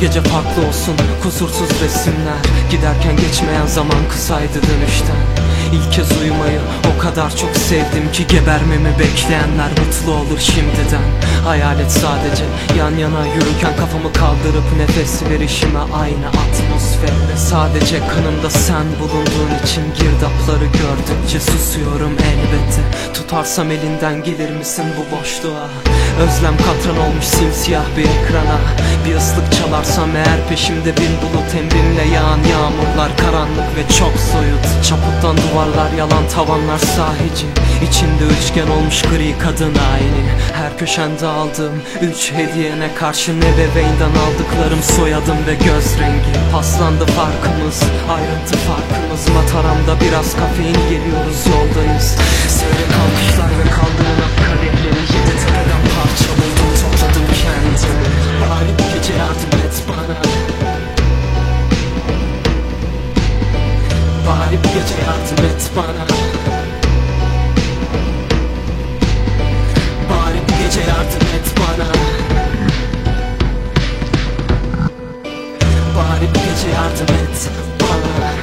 gece farklı olsun kusursuz resimler. Giderken geçmeyen zaman kısaydı dönüşten. İlk kez uyumayı o kadar çok sevdim ki gebermemi bekleyenler mutlu olur şimdiden. Hayalet sadece yan yana yürürken kafamı kaldırıp nefes verişime aynı atmosferde. Sadece kanımda sen bulunduğun için girdapları gördükçe susuyorum elbette. Tutarsam elinden gelir misin bu boşluğa? Özlem katran olmuş simsiyah bir ekrana. Bir ıslık çalarsam eğer peşimde bin bulut, emrinle yağan yağmurlar karanlık ve çok soyut. Çaputtan duvarlar, yalan tavanlar sahici. İçinde üçgen olmuş gri kadın ayni. Her köşende aldığım 3 hediyene karşı ebeveynden aldıklarım soyadım ve göz rengi. Paslandı farkımız, ayrıntı farkımız. Mataramda biraz kafein, geliyoruz yoldayız. Seyrek kalkışlar ve kaldırılan kadehleri yedi tepeden parça buldum, topladım kendimi. Bari bu gece yardım et bana. Bari bu gece yardım et bana. Bari bu gece yardım et bana. Bari bu gece yardım et bana.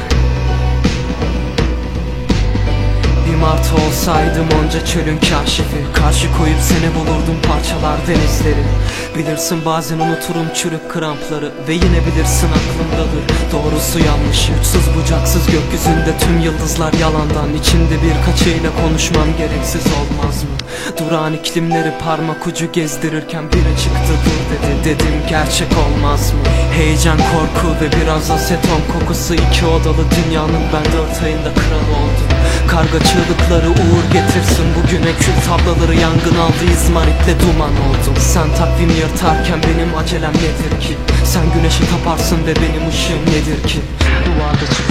Bir martı olsaydım onca çölün kaşifi, karşı koyup seni bulurdum parçalar denizleri. Bilirsin bazen unuturum çürük krampları ve yine bilirsin aklımdadır doğrusu yanlışı. Uçsuz bucaksız gökyüzünde tüm yıldızlar yalandan, içinde birkaçıyla konuşmam gereksiz olmaz mı? Durağan iklimleri parmak ucu gezdirirken biri çıktı dur dedi, dedim gerçek olmaz mı? Heyecan, korku ve biraz aseton kokusu, iki odalı dünyanın ben 4 ayında kralı oldum. Karga çığlıkları uğur getirsin bugüne, kül tablaları yangın aldı, izmaritle duman oldum. Sen takvimi yırtarken benim acelem nedir ki? Sen güneşi taparsın ve benim ışığım nedir ki? Duvarda çık